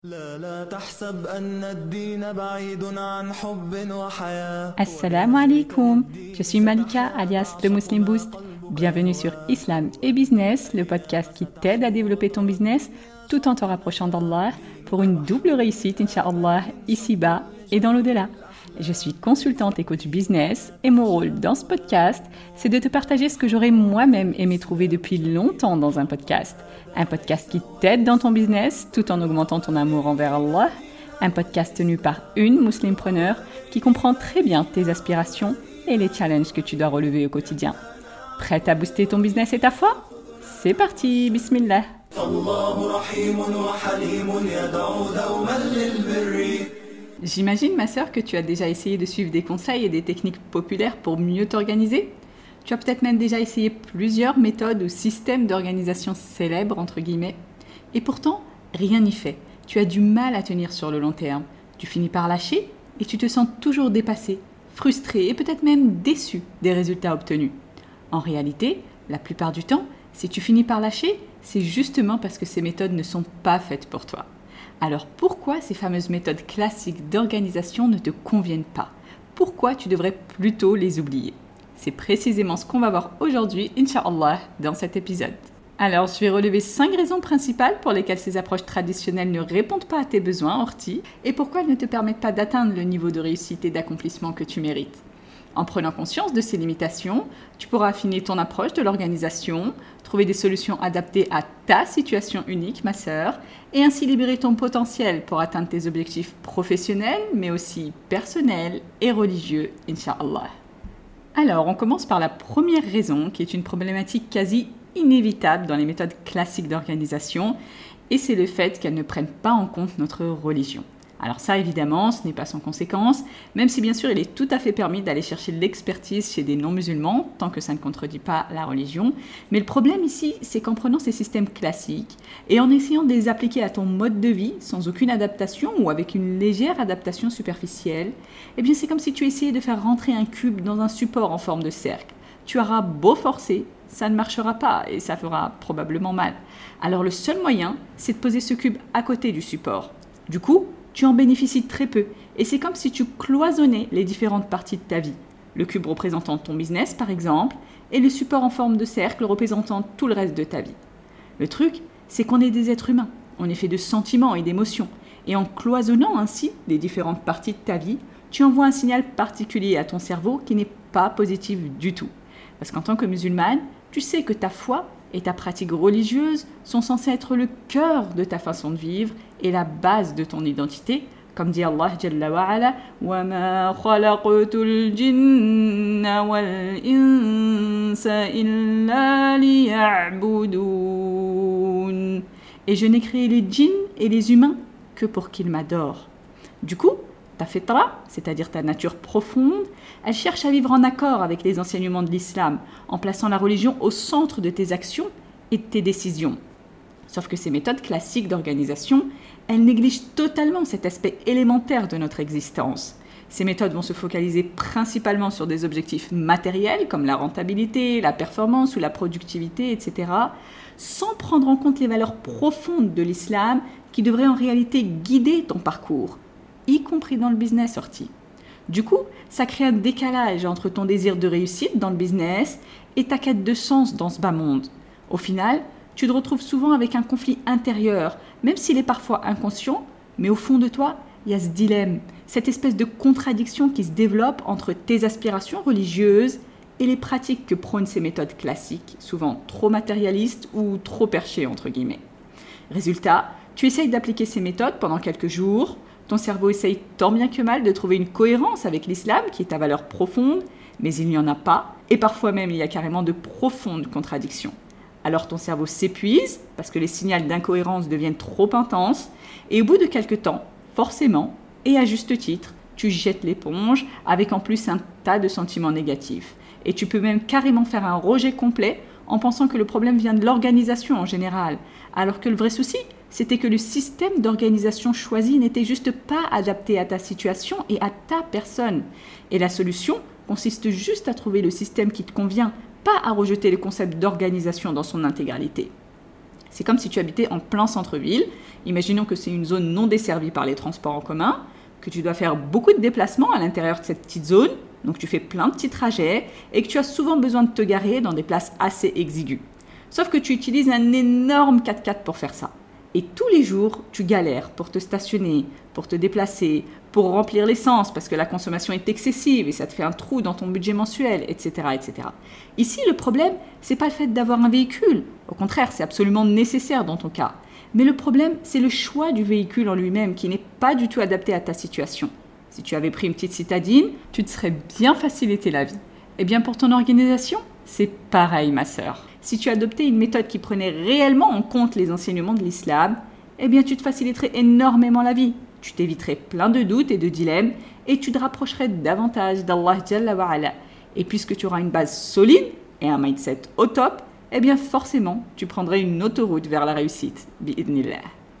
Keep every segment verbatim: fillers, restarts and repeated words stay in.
Assalamu alaikum, je suis Malika alias The Muslim Boost. Bienvenue sur Islam et Business, le podcast qui t'aide à développer ton business tout en te rapprochant d'Allah pour une double réussite, Inch'Allah, ici-bas et dans l'au-delà. Je suis consultante et coach business et mon rôle dans ce podcast, c'est de te partager ce que j'aurais moi-même aimé trouver depuis longtemps dans un podcast. Un podcast qui t'aide dans ton business tout en augmentant ton amour envers Allah. Un podcast tenu par une muslimpreneur qui comprend très bien tes aspirations et les challenges que tu dois relever au quotidien. Prête à booster ton business et ta foi ? C'est parti, bismillah. J'imagine, ma sœur, que tu as déjà essayé de suivre des conseils et des techniques populaires pour mieux t'organiser. Tu as peut-être même déjà essayé plusieurs méthodes ou systèmes d'organisation célèbres, entre guillemets. Et pourtant, rien n'y fait. Tu as du mal à tenir sur le long terme. Tu finis par lâcher et tu te sens toujours dépassé, frustré et peut-être même déçu des résultats obtenus. En réalité, la plupart du temps, si tu finis par lâcher, c'est justement parce que ces méthodes ne sont pas faites pour toi. Alors pourquoi ces fameuses méthodes classiques d'organisation ne te conviennent pas ? Pourquoi tu devrais plutôt les oublier ? C'est précisément ce qu'on va voir aujourd'hui, Inch'Allah, dans cet épisode. Alors, je vais relever cinq raisons principales pour lesquelles ces approches traditionnelles ne répondent pas à tes besoins, Horty, et pourquoi elles ne te permettent pas d'atteindre le niveau de réussite et d'accomplissement que tu mérites. En prenant conscience de ces limitations, tu pourras affiner ton approche de l'organisation, trouver des solutions adaptées à ta situation unique, ma sœur, et ainsi libérer ton potentiel pour atteindre tes objectifs professionnels, mais aussi personnels et religieux, Inch'Allah. Alors, on commence par la première raison, qui est une problématique quasi inévitable dans les méthodes classiques d'organisation, et c'est le fait qu'elles ne prennent pas en compte notre religion. Alors ça, évidemment, ce n'est pas sans conséquence, même si bien sûr il est tout à fait permis d'aller chercher l'expertise chez des non-musulmans, tant que ça ne contredit pas la religion. Mais le problème ici, c'est qu'en prenant ces systèmes classiques et en essayant de les appliquer à ton mode de vie, sans aucune adaptation ou avec une légère adaptation superficielle, eh bien c'est comme si tu essayais de faire rentrer un cube dans un support en forme de cercle. Tu auras beau forcer, ça ne marchera pas et ça fera probablement mal. Alors le seul moyen, c'est de poser ce cube à côté du support. Du coup, tu en bénéficies très peu et c'est comme si tu cloisonnais les différentes parties de ta vie. Le cube représentant ton business par exemple et le support en forme de cercle représentant tout le reste de ta vie. Le truc, c'est qu'on est des êtres humains, on est fait de sentiments et d'émotions et en cloisonnant ainsi les différentes parties de ta vie, tu envoies un signal particulier à ton cerveau qui n'est pas positif du tout. Parce qu'en tant que musulmane, tu sais que ta foi et ta pratique religieuse sont censées être le cœur de ta façon de vivre et la base de ton identité, comme dit Allah Jalla wa Ala, wa ma khalaqtul jinna wal insa illa liya'budun. Et je n'ai créé les djinns et les humains que pour qu'ils m'adorent. Du coup, ta fitra, c'est-à-dire ta nature profonde, elle cherche à vivre en accord avec les enseignements de l'islam, en plaçant la religion au centre de tes actions et de tes décisions. Sauf que ces méthodes classiques d'organisation, elles négligent totalement cet aspect élémentaire de notre existence. Ces méthodes vont se focaliser principalement sur des objectifs matériels comme la rentabilité, la performance ou la productivité, et cetera, sans prendre en compte les valeurs profondes de l'islam qui devraient en réalité guider ton parcours, y compris dans le business, Horty. Du coup, ça crée un décalage entre ton désir de réussite dans le business et ta quête de sens dans ce bas monde. Au final, tu te retrouves souvent avec un conflit intérieur, même s'il est parfois inconscient, mais au fond de toi, il y a ce dilemme, cette espèce de contradiction qui se développe entre tes aspirations religieuses et les pratiques que prônent ces méthodes classiques, souvent trop matérialistes ou trop perchées, entre guillemets. Résultat, tu essayes d'appliquer ces méthodes pendant quelques jours. Ton cerveau essaye tant bien que mal de trouver une cohérence avec l'islam, qui est ta valeur profonde, mais il n'y en a pas, et parfois même il y a carrément de profondes contradictions. Alors ton cerveau s'épuise, parce que les signaux d'incohérence deviennent trop intenses, et au bout de quelques temps, forcément, et à juste titre, tu jettes l'éponge, avec en plus un tas de sentiments négatifs. Et tu peux même carrément faire un rejet complet, en pensant que le problème vient de l'organisation en général, alors que le vrai souci, c'était que le système d'organisation choisi n'était juste pas adapté à ta situation et à ta personne. Et la solution consiste juste à trouver le système qui te convient, pas à rejeter le concept d'organisation dans son intégralité. C'est comme si tu habitais en plein centre-ville. Imaginons que c'est une zone non desservie par les transports en commun, que tu dois faire beaucoup de déplacements à l'intérieur de cette petite zone, donc tu fais plein de petits trajets et que tu as souvent besoin de te garer dans des places assez exiguës. Sauf que tu utilises un énorme quatre-quatre pour faire ça. Et tous les jours, tu galères pour te stationner, pour te déplacer, pour remplir l'essence parce que la consommation est excessive et ça te fait un trou dans ton budget mensuel, et cetera, et cetera. Ici, le problème, c'est pas le fait d'avoir un véhicule. Au contraire, c'est absolument nécessaire dans ton cas. Mais le problème, c'est le choix du véhicule en lui-même qui n'est pas du tout adapté à ta situation. Si tu avais pris une petite citadine, tu te serais bien facilité la vie. Eh bien, pour ton organisation, c'est pareil, ma sœur. Si tu adoptais une méthode qui prenait réellement en compte les enseignements de l'islam, eh bien, tu te faciliterais énormément la vie. Tu t'éviterais plein de doutes et de dilemmes et tu te rapprocherais davantage d'Allah Jalla wa Ala. Et puisque tu auras une base solide et un mindset au top, eh bien forcément, tu prendrais une autoroute vers la réussite, bi'idnillah.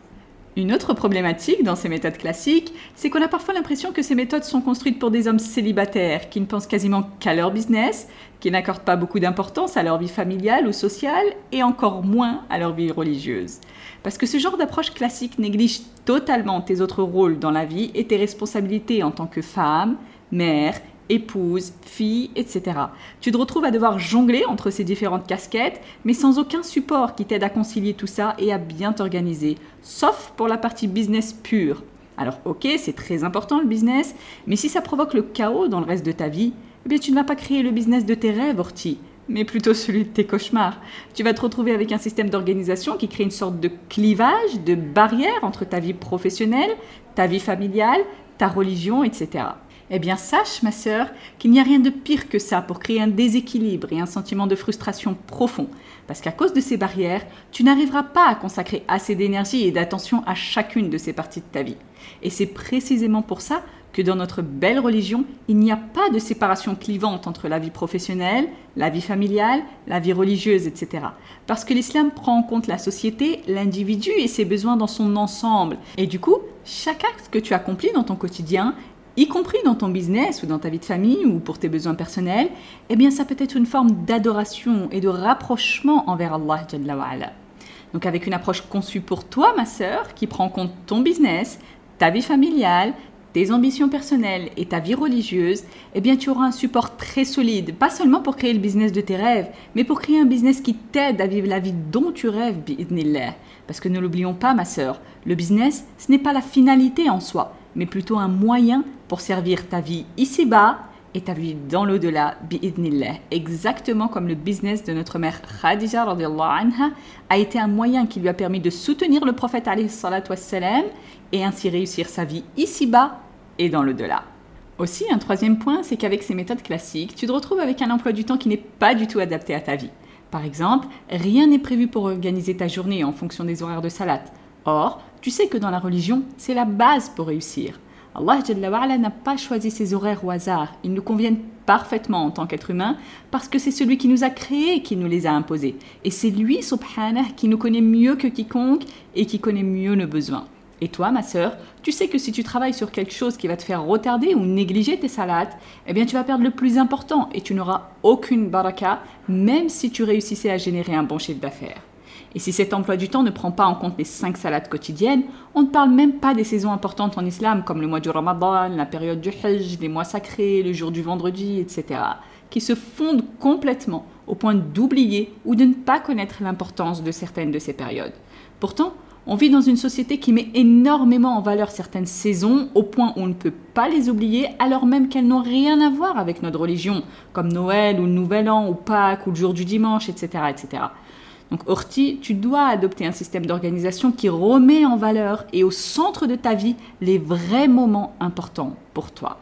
Une autre problématique dans ces méthodes classiques, c'est qu'on a parfois l'impression que ces méthodes sont construites pour des hommes célibataires qui ne pensent quasiment qu'à leur business, qui n'accordent pas beaucoup d'importance à leur vie familiale ou sociale et encore moins à leur vie religieuse. Parce que ce genre d'approche classique néglige totalement tes autres rôles dans la vie et tes responsabilités en tant que femme, mère, épouse, fille, et cetera. Tu te retrouves à devoir jongler entre ces différentes casquettes, mais sans aucun support qui t'aide à concilier tout ça et à bien t'organiser, sauf pour la partie business pure. Alors ok, c'est très important le business, mais si ça provoque le chaos dans le reste de ta vie, eh bien tu ne vas pas créer le business de tes rêves, Orti, mais plutôt celui de tes cauchemars. Tu vas te retrouver avec un système d'organisation qui crée une sorte de clivage, de barrière entre ta vie professionnelle, ta vie familiale, ta religion, et cetera. Eh bien, sache, ma sœur, qu'il n'y a rien de pire que ça pour créer un déséquilibre et un sentiment de frustration profond. Parce qu'à cause de ces barrières, tu n'arriveras pas à consacrer assez d'énergie et d'attention à chacune de ces parties de ta vie. Et c'est précisément pour ça que dans notre belle religion, il n'y a pas de séparation clivante entre la vie professionnelle, la vie familiale, la vie religieuse, et cetera. Parce que l'islam prend en compte la société, l'individu et ses besoins dans son ensemble. Et du coup, chaque acte que tu accomplis dans ton quotidien, y compris dans ton business ou dans ta vie de famille ou pour tes besoins personnels, eh bien ça peut être une forme d'adoration et de rapprochement envers Allah Jalla wa Ala. Donc avec une approche conçue pour toi, ma sœur, qui prend en compte ton business, ta vie familiale, tes ambitions personnelles et ta vie religieuse, eh bien tu auras un support très solide, pas seulement pour créer le business de tes rêves, mais pour créer un business qui t'aide à vivre la vie dont tu rêves, bi'idnillah. Parce que ne l'oublions pas, ma sœur, le business, ce n'est pas la finalité en soi, mais plutôt un moyen pour servir ta vie ici-bas et ta vie dans l'au-delà, bi'idnillah. Exactement comme le business de notre mère Khadija radiyallahu anha a été un moyen qui lui a permis de soutenir le prophète alayhi salatu wassalam et ainsi réussir sa vie ici-bas et dans l'au-delà. Aussi, un troisième point, c'est qu'avec ces méthodes classiques, tu te retrouves avec un emploi du temps qui n'est pas du tout adapté à ta vie. Par exemple, rien n'est prévu pour organiser ta journée en fonction des horaires de salat. Or, tu sais que dans la religion, c'est la base pour réussir. Allah Jalla wa Ala n'a pas choisi ses horaires au hasard. Ils nous conviennent parfaitement en tant qu'être humain parce que c'est celui qui nous a créés qui nous les a imposés. Et c'est lui, subhanah, qui nous connaît mieux que quiconque et qui connaît mieux nos besoins. Et toi, ma sœur, tu sais que si tu travailles sur quelque chose qui va te faire retarder ou négliger tes salats, eh bien tu vas perdre le plus important et tu n'auras aucune baraka, même si tu réussissais à générer un bon chiffre d'affaires. Et si cet emploi du temps ne prend pas en compte les cinq salades quotidiennes, on ne parle même pas des saisons importantes en islam comme le mois du Ramadan, la période du Hajj, les mois sacrés, le jour du vendredi, et cetera, qui se fondent complètement au point d'oublier ou de ne pas connaître l'importance de certaines de ces périodes. Pourtant, on vit dans une société qui met énormément en valeur certaines saisons au point où on ne peut pas les oublier alors même qu'elles n'ont rien à voir avec notre religion, comme Noël ou le Nouvel An ou Pâques ou le jour du dimanche, et cetera, et cetera. Donc Orti, tu dois adopter un système d'organisation qui remet en valeur et au centre de ta vie les vrais moments importants pour toi.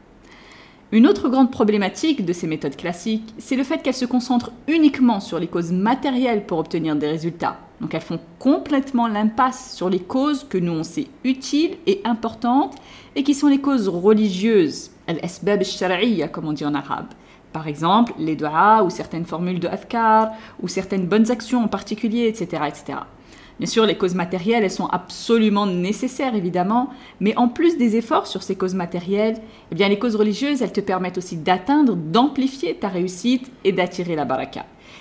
Une autre grande problématique de ces méthodes classiques, c'est le fait qu'elles se concentrent uniquement sur les causes matérielles pour obtenir des résultats. Donc elles font complètement l'impasse sur les causes que nous on sait utiles et importantes et qui sont les causes religieuses, al-asbab al-shar'iyya comme on dit en arabe. Par exemple, les du'as ou certaines formules de adhkar ou certaines bonnes actions en particulier, et cetera, et cetera. Bien sûr, les causes matérielles, elles sont absolument nécessaires, évidemment, mais en plus des efforts sur ces causes matérielles, eh bien, les causes religieuses, elles te permettent aussi d'atteindre, d'amplifier ta réussite et d'attirer la baraka.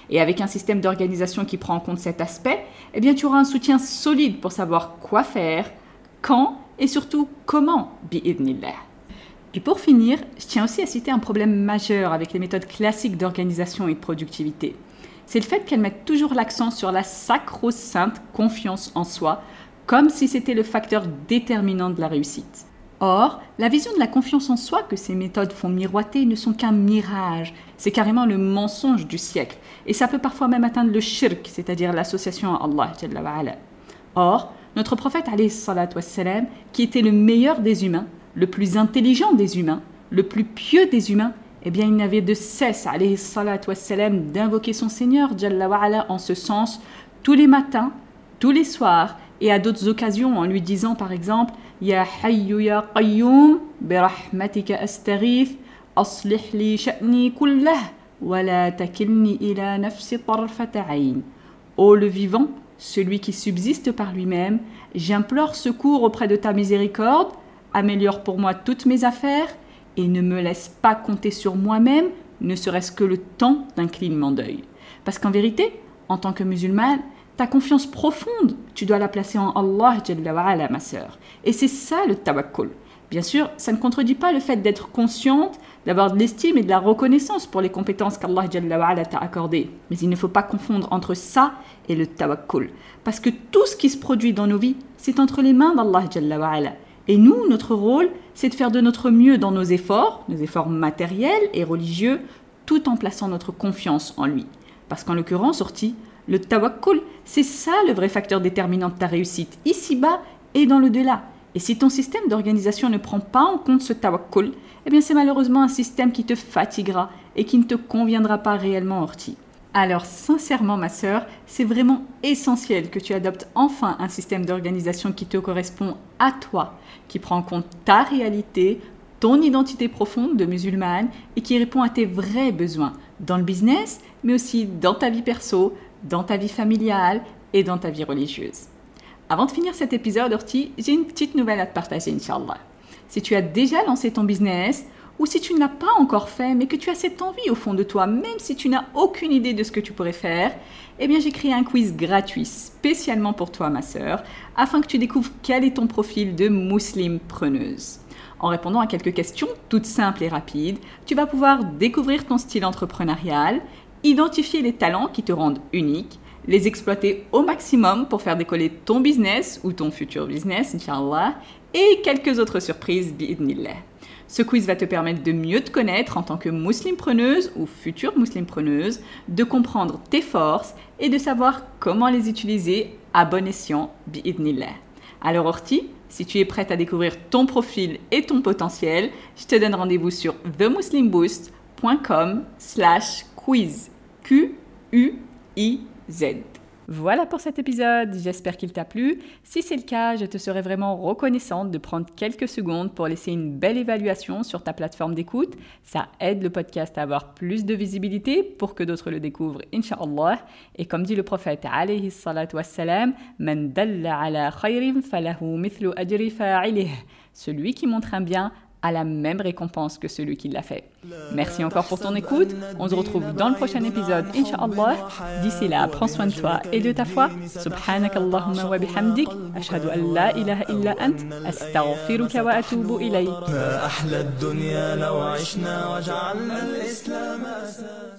Et avec un système d'organisation qui prend en compte cet aspect, eh bien, tu auras un soutien solide pour savoir quoi faire, quand et surtout comment, bi'idhnillah. Et pour finir, je tiens aussi à citer un problème majeur avec les méthodes classiques d'organisation et de productivité. C'est le fait qu'elles mettent toujours l'accent sur la sacro-sainte confiance en soi, comme si c'était le facteur déterminant de la réussite. Or, la vision de la confiance en soi que ces méthodes font miroiter ne sont qu'un mirage. C'est carrément le mensonge du siècle. Et ça peut parfois même atteindre le shirk, c'est-à-dire l'association à Allah Jalla wa Ala. Or, notre prophète alayhi salatu wassalam, qui était le meilleur des humains, le plus intelligent des humains, le plus pieux des humains, eh bien il n'avait de cesse, alayhi salatu wassalam, d'invoquer son Seigneur Jalla wa Ala en ce sens tous les matins, tous les soirs et à d'autres occasions en lui disant par exemple Ya hayyu ya qayyum bi rahmatika astaghith aslih li sha'ni kullah wa la takilni ila nafsi tarfata ayn. Ô le vivant, celui qui subsiste par lui-même, j'implore secours auprès de ta miséricorde, améliore pour moi toutes mes affaires et ne me laisse pas compter sur moi-même, ne serait-ce que le temps d'un clignement d'œil. Parce qu'en vérité, en tant que musulmane, ta confiance profonde, tu dois la placer en Allah Jalla wa Ala, ma sœur. Et c'est ça le tawakkul. Bien sûr, ça ne contredit pas le fait d'être consciente, d'avoir de l'estime et de la reconnaissance pour les compétences qu'Allah Jalla wa Ala t'a accordées. Mais il ne faut pas confondre entre ça et le tawakkul. Parce que tout ce qui se produit dans nos vies, c'est entre les mains d'Allah Jalla wa Ala. Et nous, notre rôle, c'est de faire de notre mieux dans nos efforts, nos efforts matériels et religieux, tout en plaçant notre confiance en lui. Parce qu'en l'occurrence, Orti, le tawakkul, c'est ça le vrai facteur déterminant de ta réussite, ici-bas et dans l'au-delà. Et si ton système d'organisation ne prend pas en compte ce tawakkul, eh bien c'est malheureusement un système qui te fatiguera et qui ne te conviendra pas réellement, Orti. Alors sincèrement, ma sœur, c'est vraiment essentiel que tu adoptes enfin un système d'organisation qui te correspond à toi, qui prend en compte ta réalité, ton identité profonde de musulmane et qui répond à tes vrais besoins dans le business, mais aussi dans ta vie perso, dans ta vie familiale et dans ta vie religieuse. Avant de finir cet épisode, Orti, j'ai une petite nouvelle à te partager, Inch'Allah. Si tu as déjà lancé ton business, ou si tu ne l'as pas encore fait, mais que tu as cette envie au fond de toi, même si tu n'as aucune idée de ce que tu pourrais faire, eh bien j'ai créé un quiz gratuit spécialement pour toi, ma sœur, afin que tu découvres quel est ton profil de muslim preneuse. En répondant à quelques questions toutes simples et rapides, tu vas pouvoir découvrir ton style entrepreneurial, identifier les talents qui te rendent unique, les exploiter au maximum pour faire décoller ton business ou ton futur business, Inch'Allah, et quelques autres surprises, bi'idhnillah. Ce quiz va te permettre de mieux te connaître en tant que muslimpreneuse ou future muslimpreneuse, de comprendre tes forces et de savoir comment les utiliser à bon escient, bi'idhnillah. Alors Orti, si tu es prête à découvrir ton profil et ton potentiel, je te donne rendez-vous sur the muslim boost point com slash quiz. Q U I Z. Voilà pour cet épisode, j'espère qu'il t'a plu. Si c'est le cas, je te serais vraiment reconnaissante de prendre quelques secondes pour laisser une belle évaluation sur ta plateforme d'écoute. Ça aide le podcast à avoir plus de visibilité pour que d'autres le découvrent, Inch'Allah. Et comme dit le prophète, alayhi salatu wassalam, Man dalla ala khayrin falahu mithlu ajri fa'ilih. Celui qui montre un bien a la même récompense que celui qui l'a fait. Merci encore pour ton écoute. On se retrouve dans le prochain épisode, Inch'Allah. D'ici là, prends soin de toi et de ta foi. Subhanak Allahumma wa bihamdik. Ashhadu an la ilaha illa ant. Astaghfiruka wa atubu ilayk.